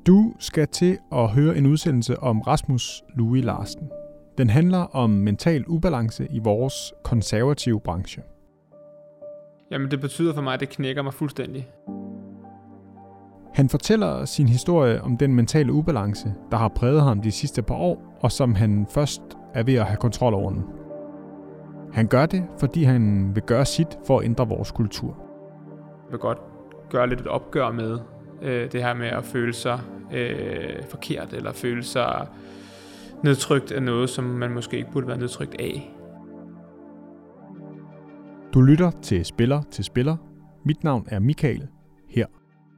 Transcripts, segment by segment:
Du skal til at høre en udsendelse om Rasmus Louis Larsen. Den handler om mental ubalance i vores konservative branche. Jamen det betyder for mig, at det knækker mig fuldstændig. Han fortæller sin historie om den mentale ubalance, der har præget ham de sidste par år, og som han først er ved at have kontrol over nu. Han gør det, fordi han vil gøre sit for at ændre vores kultur. Jeg vil godt gøre lidt et opgør med det her med at føle sig forkert, eller føle sig nedtrykt af noget, som man måske ikke burde være nedtrykt af. Du lytter til Spiller til Spiller. Mit navn er Michael. Her.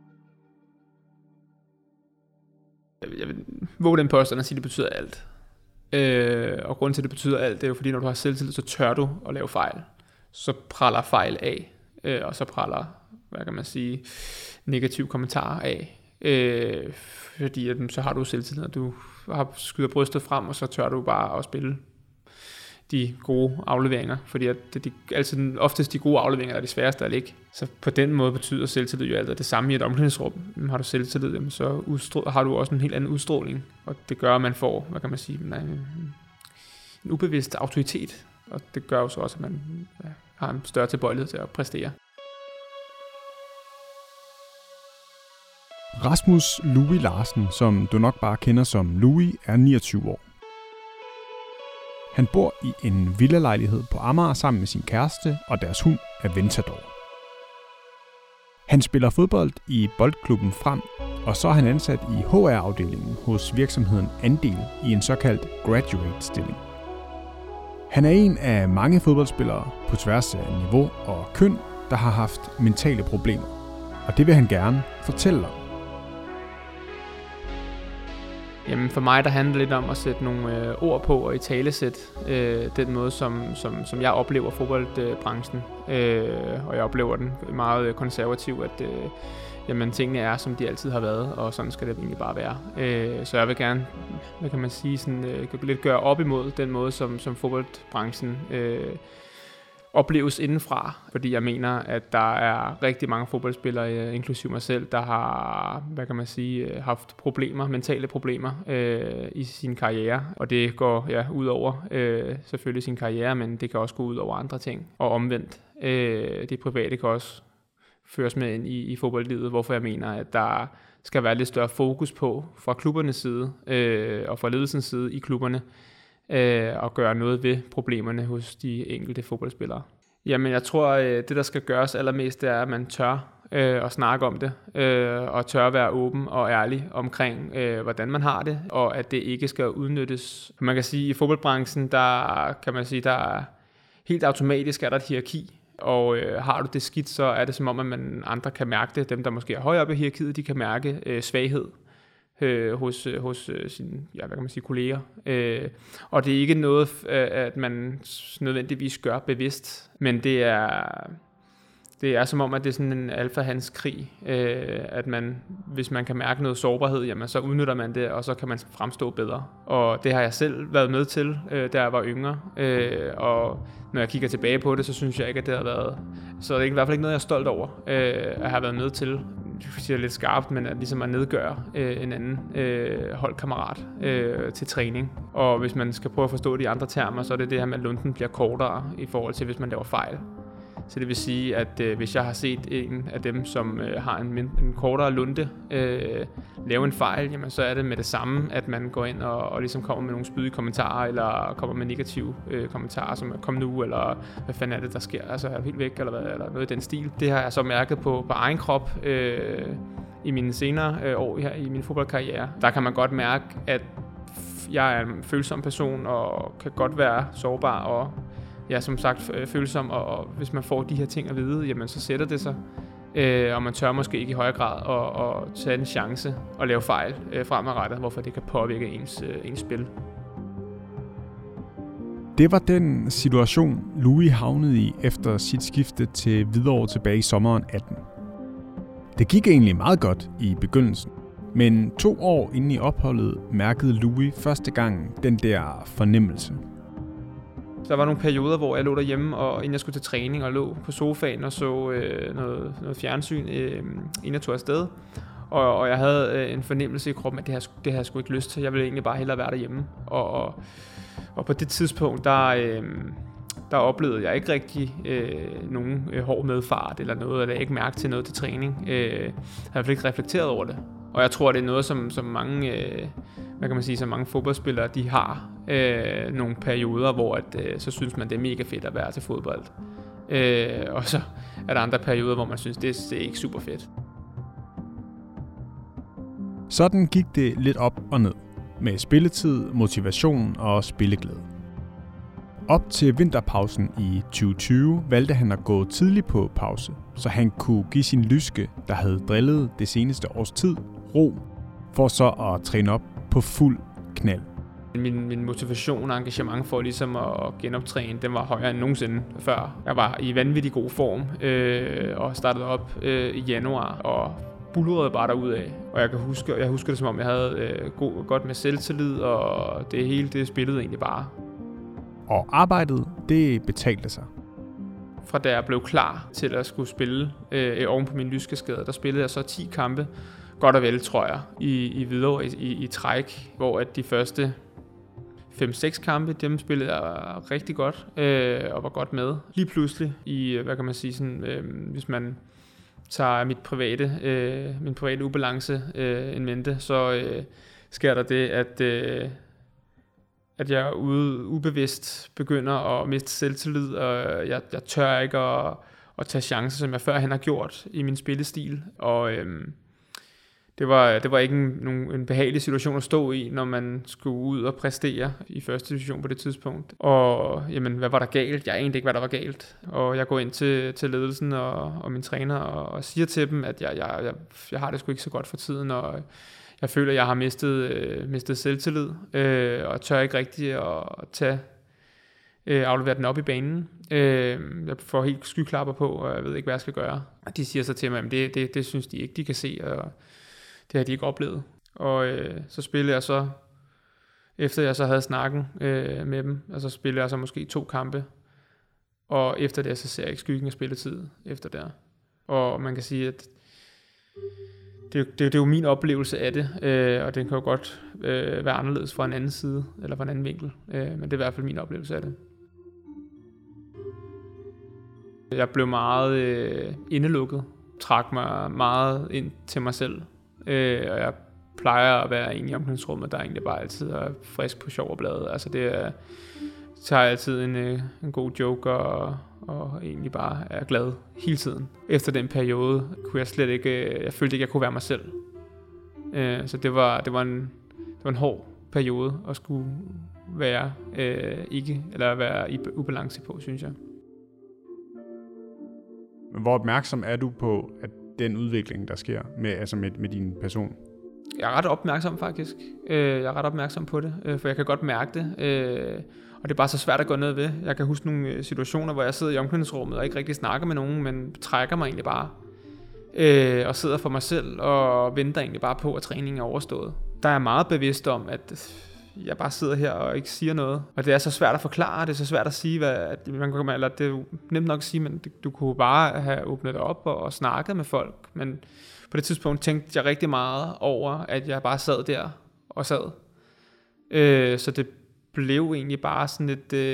Jeg vil våge den påstand at sige, at det betyder alt. Og grunden til, at det betyder alt, det er jo fordi, når du har selvtillid, så tør du at lave fejl. Så praller fejl af, og så praller, hvad kan man sige, negative kommentarer af. Fordi så har du selvtillid, og du skyder brystet frem, og så tør du bare at spille de gode afleveringer, fordi at oftest de gode afleveringer er de sværeste at lægge. Så på den måde betyder selvtillid jo alt det samme i et omklædningsrum. Har du selvtillid, jamen så har du også en helt anden udstråling, og det gør, at man får, hvad kan man sige, en ubevidst autoritet, og det gør jo så også, at man har en større tilbøjelighed til at præstere. Rasmus Louis Larsen, som du nok bare kender som Louis, er 29 år. Han bor i en villalejlighed på Amager sammen med sin kæreste og deres hund Aventador. Han spiller fodbold i boldklubben Frem, og så er han ansat i HR-afdelingen hos virksomheden Andel i en såkaldt graduate-stilling. Han er en af mange fodboldspillere på tværs af niveau og køn, der har haft mentale problemer, og det vil han gerne fortælle om. Jamen for mig der handler det lidt om at sætte nogle ord på og italesætte den måde, som jeg oplever fodboldbranchen. Og jeg oplever den meget konservativ, at jamen, tingene er, som de altid har været, og sådan skal det egentlig bare være. Så jeg vil gerne, hvad kan man sige, sådan, lidt gøre op imod den måde, som fodboldbranchen opleves indenfra, fordi jeg mener, at der er rigtig mange fodboldspillere, inklusive mig selv, der har, hvad kan man sige, haft problemer, mentale problemer i sin karriere, og det går ud over selvfølgelig sin karriere, men det kan også gå ud over andre ting, og omvendt. Det private kan også føres med ind i fodboldlivet, hvorfor jeg mener, at der skal være lidt større fokus på fra klubbernes side og fra ledelsens side i klubberne, og gøre noget ved problemerne hos de enkelte fodboldspillere. Jamen, jeg tror, det der skal gøres allermest, det er, at man tør at snakke om det, og tør at være åben og ærlig omkring, hvordan man har det, og at det ikke skal udnyttes. Man kan sige, at i fodboldbranchen, der kan man sige, der er helt automatisk er der et hierarki, og har du det skidt, så er det som om, at andre kan mærke det. Dem, der måske er højere oppe i hierarkiet, de kan mærke svaghed hos sine, hvad kan man sige, kolleger. Og det er ikke noget, at man nødvendigvis gør bevidst, men det er som om, at det er sådan en alfa-hans-krig, at hvis man kan mærke noget sårbarhed, jamen så udnytter man det, og så kan man fremstå bedre. Og det har jeg selv været med til, da jeg var yngre, og når jeg kigger tilbage på det, så synes jeg ikke, at det har været, så det er i hvert fald ikke noget, jeg er stolt over, at have været med til. Jeg siger lidt skarpt, men ligesom at nedgøre en anden holdkammerat til træning. Og hvis man skal prøve at forstå de andre termer, så er det det her med, at lunden bliver kortere i forhold til, hvis man laver fejl. Så det vil sige, at hvis jeg har set en af dem, som har en kortere lunte, lave en fejl, jamen, så er det med det samme, at man går ind og ligesom kommer med nogle spydige kommentarer, eller kommer med negative kommentarer, som kom nu, eller hvad fanden er det, der sker, altså er du helt væk, eller noget i den stil. Det har jeg så mærket på egen krop i mine senere år her i min fodboldkarriere. Der kan man godt mærke, at jeg er en følsom person, og kan godt være sårbar, og jeg er som sagt følsom, og hvis man får de her ting at vide, jamen så sætter det sig, og man tør måske ikke i højere grad at tage en chance og lave fejl fremadrettet, hvorfor det kan påvirke ens spil. Det var den situation, Louis havnede i efter sit skifte til Hvidovre tilbage i sommeren 18. Det gik egentlig meget godt i begyndelsen, men 2 år inde i opholdet mærkede Louis første gang den der fornemmelse. Der var nogle perioder, hvor jeg lå derhjemme, og inden jeg skulle til træning, og lå på sofaen og så noget fjernsyn, inden jeg tog afsted. Og jeg havde en fornemmelse i kroppen, at det havde jeg sgu ikke lyst til. Jeg ville egentlig bare hellere være derhjemme. Og på det tidspunkt, der oplevede jeg ikke rigtig nogen hård medfart eller noget, eller ikke mærke til noget til træning. Jeg havde ikke reflekteret over det. Og jeg tror, det er noget, som mange, hvad kan man sige, som mange fodboldspillere, de har nogle perioder, hvor så synes man, det er mega fedt at være til fodbold. Og så er der andre perioder, hvor man synes, det er ikke super fedt. Sådan gik det lidt op og ned, med spilletid, motivation og spilleglæde. Op til vinterpausen i 2020 valgte han at gå tidligt på pause, så han kunne give sin lyske, der havde drillet det seneste års tid, ro, for så at træne op på fuld knald. Min motivation og engagement for ligesom at genoptræne, den var højere end nogensinde før. Jeg var i vanvittig god form og startede op i januar og bullerede bare derudad. Og jeg husker det, som om jeg havde godt med selvtillid, og det hele det spillede egentlig bare. Og arbejdet, det betalte sig. Fra da jeg blev klar til at skulle spille oven på min lyskeskade, der spillede jeg så 10 kampe, godt og vel, tror jeg, i Hvidovre i træk, hvor at de første 5-6 kampe, dem spillede jeg rigtig godt og var godt med. Lige pludselig i, hvad kan man sige, sådan, hvis man tager min private ubalance en mente, så sker der det, at jeg ubevidst begynder at miste selvtillid, og jeg tør ikke at tage chancer, som jeg førhen har gjort i min spillestil. Og det var ikke en behagelig situation at stå i, når man skulle ud og præstere i første division på det tidspunkt. Og jamen, hvad var der galt? Jeg anede ikke, hvad der var galt. Og jeg går ind til ledelsen og min træner og siger til dem, at jeg har det sgu ikke så godt for tiden, og jeg føler, at jeg har mistet selvtillid, og tør ikke rigtig at aflevere den op i banen. Jeg får helt skyklapper på, og jeg ved ikke, hvad jeg skal gøre. Og de siger så til mig, at det synes de ikke, de kan se, og det har de ikke oplevet. Og så spillede jeg så, efter jeg så havde snakken med dem, og så spillede jeg så måske 2 kampe, og efter det, så ser jeg ikke skyggen af spilletid efter der. Og man kan sige, at det er jo min oplevelse af det, og den kan jo godt være anderledes fra en anden side, eller fra en anden vinkel, men det er i hvert fald min oplevelse af det. Jeg blev meget indelukket, trak mig meget ind til mig selv, og jeg plejer at være inde i omklædningsrummet, der egentlig bare altid er frisk på sjov og blade. Altså det tager altid en god joke og egentlig bare er glad hele tiden. Efter den periode kunne jeg slet ikke, jeg følte ikke, jeg kunne være mig selv. Så det var en hård periode at skulle være være i ubalance på, synes jeg. Hvor opmærksom er du på, at den udvikling, der sker med din person? Jeg er ret opmærksom faktisk. Jeg er ret opmærksom på det, for jeg kan godt mærke det. Og det er bare så svært at gå ned ved. Jeg kan huske nogle situationer, hvor jeg sidder i omklædningsrummet og ikke rigtig snakker med nogen, men trækker mig egentlig bare. Og sidder for mig selv og venter egentlig bare på, at træningen er overstået. Der er jeg meget bevidst om, at jeg bare sidder her og ikke siger noget. Og det er så svært at forklare, det er så svært at sige, eller det er jo nemt nok at sige, men du kunne bare have åbnet det op og snakket med folk. Men på det tidspunkt tænkte jeg rigtig meget over, at jeg bare sad der og sad. Så det blev egentlig bare sådan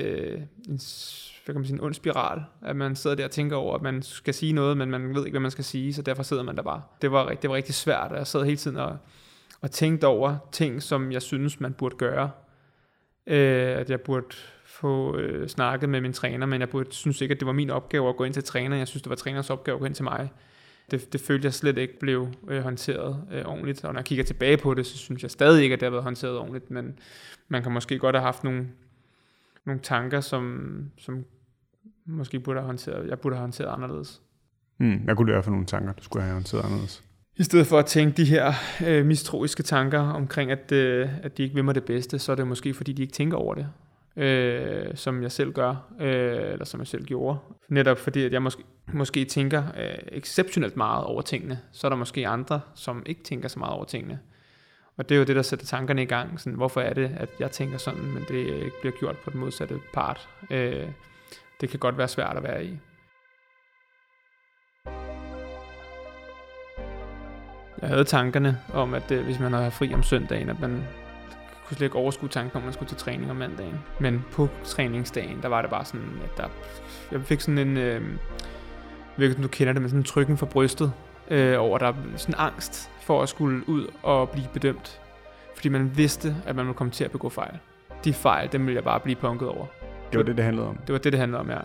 en ond spiral, at man sidder der og tænker over, at man skal sige noget, men man ved ikke, hvad man skal sige, så derfor sidder man der bare. Det var rigtig svært, og jeg sad hele tiden og tænkte over ting, som jeg synes, man burde gøre. At jeg burde få snakket med min træner, men jeg synes ikke, at det var min opgave at gå ind til træneren. Jeg synes, det var trænerens opgave at gå ind til mig. Det følte jeg slet ikke blev håndteret ordentligt, og når jeg kigger tilbage på det, så synes jeg stadig ikke, at det har været håndteret ordentligt, men man kan måske godt have haft nogle tanker, som måske jeg burde have håndteret anderledes. Hvad kunne det være for nogle tanker, du skulle have håndteret anderledes? I stedet for at tænke de her mistroiske tanker omkring, at de ikke vil mig det bedste, så er det måske, fordi de ikke tænker over det, som jeg selv gør, eller som jeg selv gjorde. Netop fordi, at jeg måske tænker exceptionelt meget over tingene, så er der måske andre, som ikke tænker så meget over tingene. Og det er jo det, der sætter tankerne i gang. Sådan, hvorfor er det, at jeg tænker sådan, men det ikke bliver gjort på den modsatte part? Det kan godt være svært at være i. Jeg havde tankerne om, at hvis man havde fri om søndagen, at man kunne slet ikke overskue tanken om, at man skulle til træning om mandagen. Men på træningsdagen, der var det bare sådan, at jeg fik sådan en, hvilket du kender det, med sådan en trykken for brystet, over der sådan angst for at skulle ud og blive bedømt. Fordi man vidste, at man ville komme til at begå fejl. De fejl, dem ville jeg bare blive punket over. Det var det handlede om? Det var det handlede om, ja.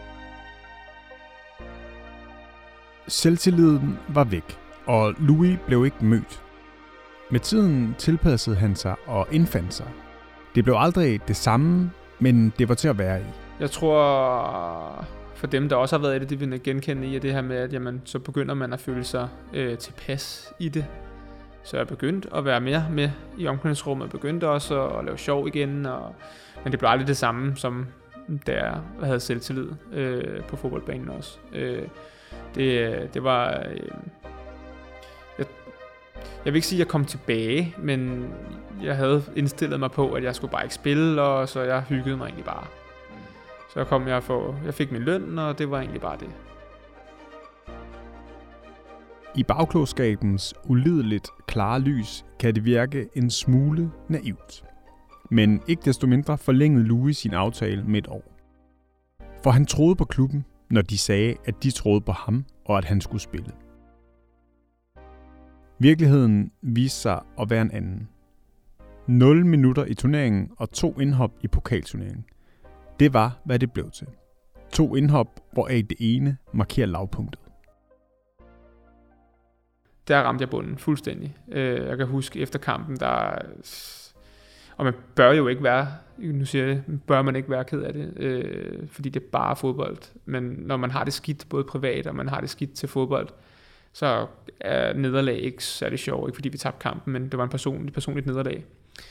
Selvtilliden var væk, og Louis blev ikke mødt. Med tiden tilpassede han sig og indfandt sig. Det blev aldrig det samme, men det var til at være i. Jeg tror, for dem, der også har været i det, de vil genkende i, at det her med, at jamen, så begynder man at føle sig tilpas i det. Så jeg begyndte at være mere med i omklædningsrummet, og begyndte også at lave sjov igen, men det blev aldrig det samme, som da jeg havde selvtillid på fodboldbanen også. Det var... Jeg vil ikke sige, at jeg kom tilbage, men jeg havde indstillet mig på, at jeg skulle bare ikke spille, og så jeg hyggede mig egentlig bare. Så jeg fik min løn, og det var egentlig bare det. I bagklogskabens ulideligt klare lys kan det virke en smule naivt. Men ikke desto mindre forlængede Louis sin aftale med 1 år. For han troede på klubben, når de sagde, at de troede på ham, og at han skulle spille. Virkeligheden viste sig at være en anden. 0 minutter i turneringen og 2 indhop i pokalturneringen. Det var, hvad det blev til. 2 indhop, hvoraf det ene markerer lavpunktet. Der ramte jeg bunden fuldstændig. Jeg kan huske efter kampen, og man bør jo ikke være, nu siger jeg det, bør man ikke være ked af det, fordi det er bare fodbold. Men når man har det skidt, både privat og man har det skidt til fodbold, så er nederlag ikke særlig sjov, ikke fordi vi tabte kampen, men det var et personligt nederlag.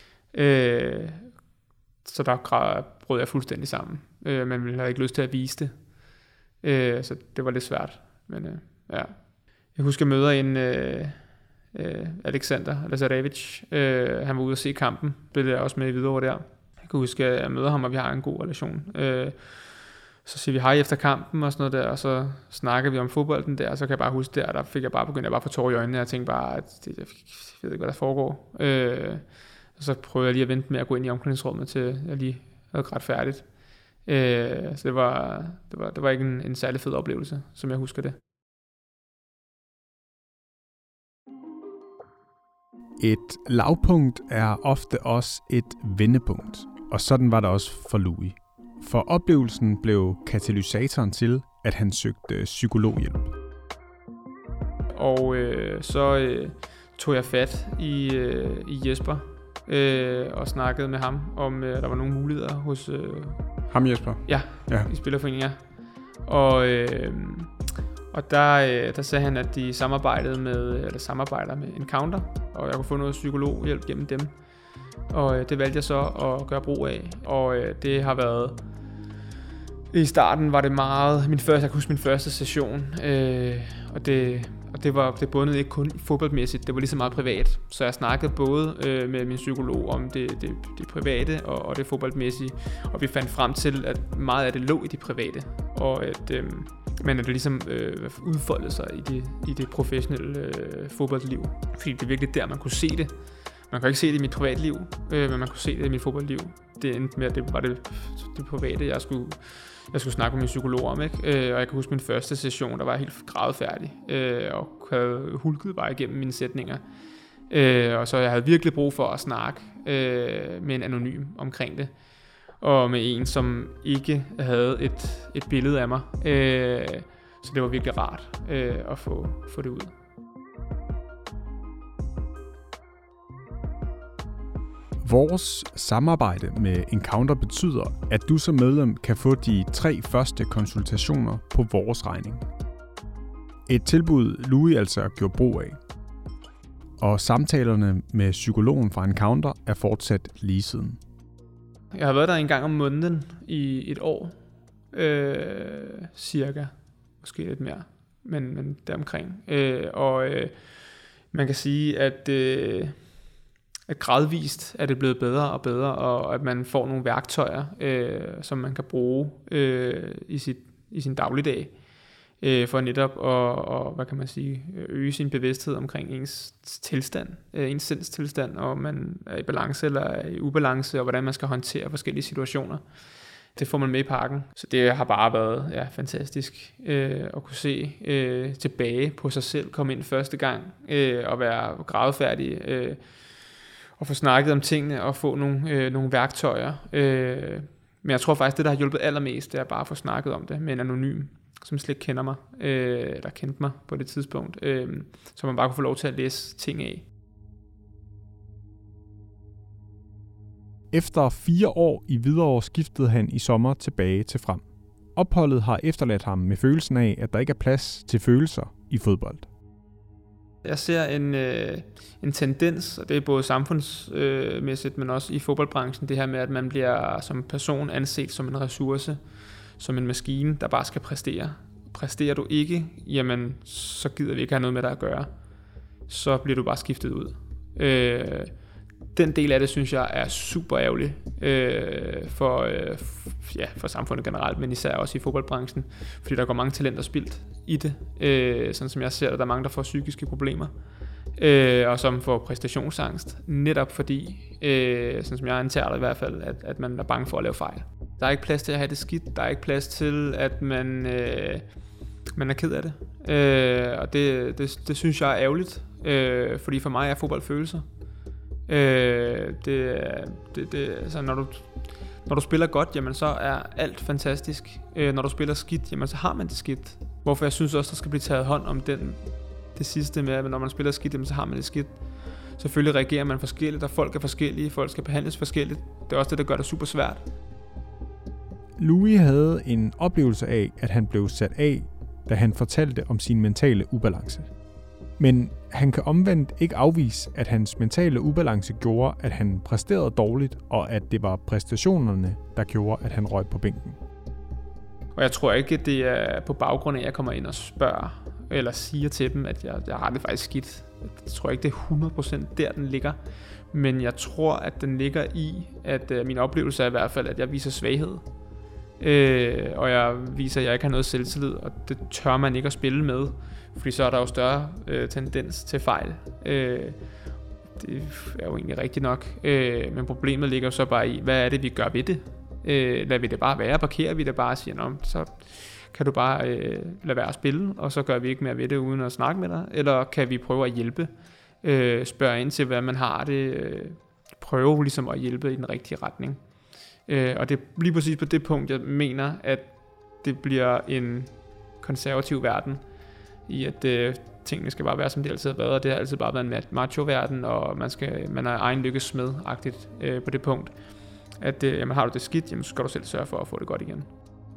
Så der brød jeg fuldstændig sammen. Man ville have ikke lyst til at vise det. Så det var lidt svært. Men ja. Jeg husker, jeg møder en Alexander Lazarevic. Han var ude at se kampen. Blev der også med i Hvidovre der. Jeg kan huske, at jeg møder ham, og vi har en god relation. Så siger vi hej efter kampen og sådan noget der, og så snakker vi om fodbolden der, og så kan jeg bare huske der fik jeg bare begyndt at få tårer i øjnene, og jeg tænkte bare, at jeg ved ikke, hvad der foregår. Og så prøvede jeg lige at vente med at gå ind i omklædningsrummet, til jeg lige havde grædt færdigt. Så det var ikke en særlig fed oplevelse, som jeg husker det. Et lavpunkt er ofte også et vendepunkt, og sådan var det også for Louis. For oplevelsen blev katalysatoren til, at han søgte psykologhjælp. Og så tog jeg fat i Jesper og snakkede med ham, om der var nogle muligheder hos... Ham Jesper? Ja. I Spillerforeningen, ja. Og der sagde han, at de samarbejder med Encounter, og jeg kunne få noget psykologhjælp gennem dem. Og det valgte jeg så at gøre brug af. Og det har været... I starten var det meget... Jeg kan huske min første session. Og det bundede ikke kun fodboldmæssigt, det var lige så meget privat. Så jeg snakkede både med min psykolog om det private og det fodboldmæssige. Og vi fandt frem til, at meget af det lå i det private. Og men at det ligesom udfoldede sig i det professionelle fodboldliv. Fordi det er virkelig der, man kunne se det. Man kan ikke se det i mit privatliv, men man kunne se det i mit fodboldliv. Det endte med, at det var det private, jeg skulle snakke med min psykolog om, ikke? Og jeg kan huske min første session, der var jeg helt grædefærdig, og havde hulket bare igennem mine sætninger. Og så jeg havde virkelig brug for at snakke med en anonym omkring det. Og med en, som ikke havde et billede af mig. Så det var virkelig rart at få det ud. Vores samarbejde med Encounter betyder, at du som medlem kan få de 3 første konsultationer på vores regning. Et tilbud, Louis altså gjorde brug af. Og samtalerne med psykologen fra Encounter er fortsat lige siden. Jeg har været der en gang om måneden i 1 år, cirka. Måske lidt mere, men deromkring. Man kan sige, at gradvist er det blevet bedre og bedre, og at man får nogle værktøjer, som man kan bruge i sin dagligdag. for netop at hvad kan man sige, øge sin bevidsthed omkring ens tilstand, ens sindstilstand, og man er i balance eller er i ubalance, og hvordan man skal håndtere forskellige situationer. Det får man med i pakken, så det har bare været fantastisk at kunne se tilbage på sig selv, komme ind første gang og være gradfærdig og få snakket om tingene og få nogle værktøjer. Men jeg tror faktisk, det der har hjulpet allermest, det er bare at få snakket om det med en anonym, som slet ikke kender mig, eller kendte mig på det tidspunkt, så man bare kunne få lov til at læse ting af. Efter 4 år i Hvidovre skiftede han i sommer tilbage til Frem. Opholdet har efterladt ham med følelsen af, at der ikke er plads til følelser i fodbold. Jeg ser en tendens, og det er både samfundsmæssigt, men også i fodboldbranchen, det her med, at man bliver som person anset som en ressource, som en maskine, der bare skal præstere. Præsterer du ikke, jamen så gider vi ikke have noget med dig at gøre. Så bliver du bare skiftet ud. Den del af det, synes jeg, er super ærgerlig for samfundet generelt, men især også i fodboldbranchen, fordi der går mange talenter spildt i det. Sådan som jeg ser det, der er mange, der får psykiske problemer, og som får præstationsangst, netop fordi, sådan som jeg antager det i hvert fald, at man er bange for at lave fejl. Der er ikke plads til at have det skidt, der er ikke plads til, at man er ked af det. Og det synes jeg er ærgerligt, fordi for mig er fodbold følelser. Altså når du spiller godt, jamen så er alt fantastisk. Når du spiller skidt, jamen så har man det skidt. Hvorfor jeg synes også, der skal blive taget hånd om det sidste med, at når man spiller skidt, jamen så har man det skidt. Selvfølgelig reagerer man forskelligt, og folk er forskellige, folk skal behandles forskelligt. Det er også det, der gør det super svært. Louis havde en oplevelse af, at han blev sat af, da han fortalte om sin mentale ubalance. Men han kan omvendt ikke afvise, at hans mentale ubalance gjorde, at han præsterede dårligt, og at det var præstationerne, der gjorde, at han røg på bænken. Og jeg tror ikke, at det er på baggrund af, at jeg kommer ind og spørger, eller siger til dem, at jeg har det faktisk skidt. Jeg tror ikke, det er 100% der, den ligger. Men jeg tror, at den ligger i, at min oplevelse er i hvert fald, at jeg viser svaghed. Og jeg viser, at jeg ikke har noget selvtillid, og det tør man ikke at spille med, fordi så er der jo større tendens til fejl. Det er jo egentlig rigtigt nok, men problemet ligger så bare i, hvad er det, vi gør ved det? Lader vi det bare være? Parkerer vi det bare og siger, så kan du bare lade være at spille, og så gør vi ikke mere ved det uden at snakke med dig? Eller kan vi prøve at hjælpe? Spørge ind til, hvad man har det. Prøve ligesom at hjælpe i den rigtige retning. Og det er lige præcis på det punkt, jeg mener, at det bliver en konservativ verden, i at tingene skal bare være, som det altid har været, og det har altid bare været en macho-verden, og man er egen lykkes smed-agtigt på det punkt, at jamen, har du det skidt, jamen, så skal du selv sørge for at få det godt igen.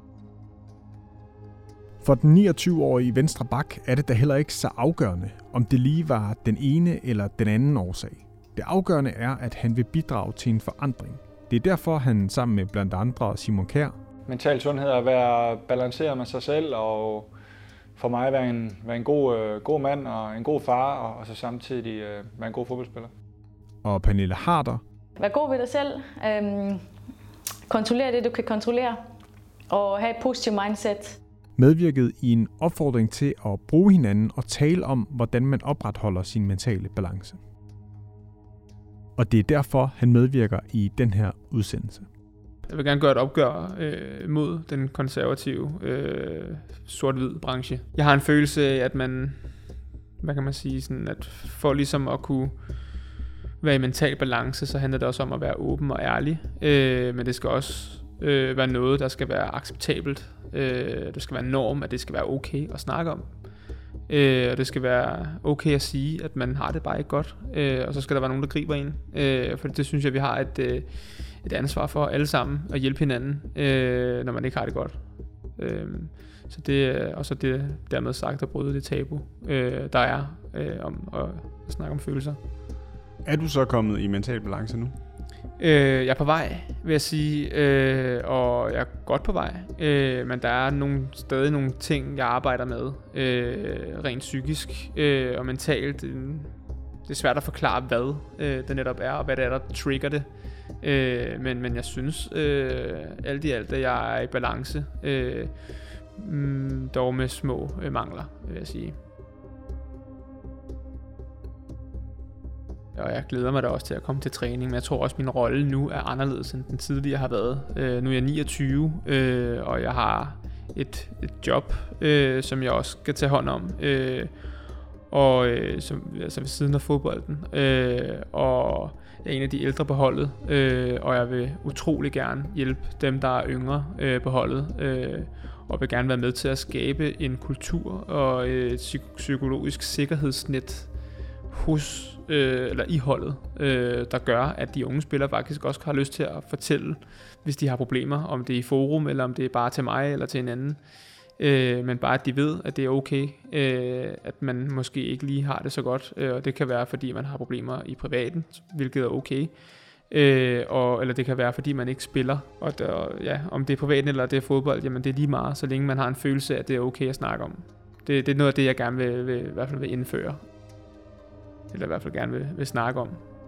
For den 29-årige venstre bak er det da heller ikke så afgørende, om det lige var den ene eller den anden årsag. Det afgørende er, at han vil bidrage til en forandring. Det er derfor, han sammen med blandt andre Simon Kjær. Mental sundhed er at være balanceret med sig selv, og for mig være en god mand og en god far, og så samtidig være en god fodboldspiller. Og Pernille Harder. Vær god ved dig selv. Kontroller det, du kan kontrollere. Og have et positivt mindset. Medvirket i en opfordring til at bruge hinanden og tale om, hvordan man opretholder sin mentale balance. Og det er derfor, han medvirker i den her udsendelse. Jeg vil gerne gøre et opgør mod den konservative sort-hvid branche. Jeg har en følelse af, at man, hvad kan man sige, sådan, at for ligesom at kunne være i mental balance, så handler det også om at være åben og ærlig. Men det skal også være noget, der skal være acceptabelt. Det skal være en norm, at det skal være okay at snakke om. Og det skal være okay at sige, at man har det bare ikke godt. Og så skal der være nogen, der griber en. For det synes jeg, vi har et ansvar for alle sammen at hjælpe hinanden, når man ikke har det godt. Så det er også det dermed sagt at bryde det tabu, der er om at snakke om følelser. Er du så kommet i mental balance nu? Jeg er på vej, vil jeg sige, og jeg er godt på vej, men der er stadig nogle ting, jeg arbejder med, rent psykisk og mentalt. Det er svært at forklare, hvad det netop er, og hvad det er, der trigger det. Men jeg synes alt i alt, at jeg er i balance dog med små mangler, vil jeg sige. Og jeg glæder mig da også til at komme til træning, men jeg tror også, at min rolle nu er anderledes, end den tidligere har været. Nu er jeg 29, og jeg har et job, som jeg også skal tage hånd om, altså ved siden af fodbolden. Og jeg er en af de ældre på holdet, og jeg vil utrolig gerne hjælpe dem, der er yngre på holdet, og vil gerne være med til at skabe en kultur og et psykologisk sikkerhedsnet i holdet, der gør, at de unge spillere faktisk også har lyst til at fortælle, hvis de har problemer, om det er i forum, eller om det er bare til mig, eller til en anden. Men bare at de ved, at det er okay, at man måske ikke lige har det så godt, og det kan være, fordi man har problemer i privaten, hvilket er okay, eller det kan være, fordi man ikke spiller, og om det er privaten eller det er fodbold, jamen det er lige meget, så længe man har en følelse af, at det er okay at snakke om. Det er noget af det, jeg gerne vil i hvert fald vil indføre, eller i hvert fald gerne vil snakke om.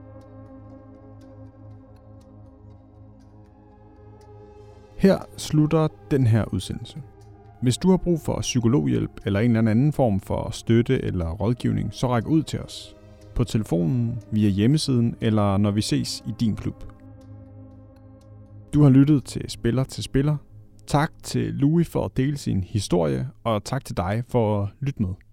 Her slutter den her udsendelse. Hvis du har brug for psykologhjælp eller en eller anden form for støtte eller rådgivning, så ræk ud til os. På telefonen, via hjemmesiden eller når vi ses i din klub. Du har lyttet til Spiller til Spiller. Tak til Louis for at dele sin historie, og tak til dig for at lytte med.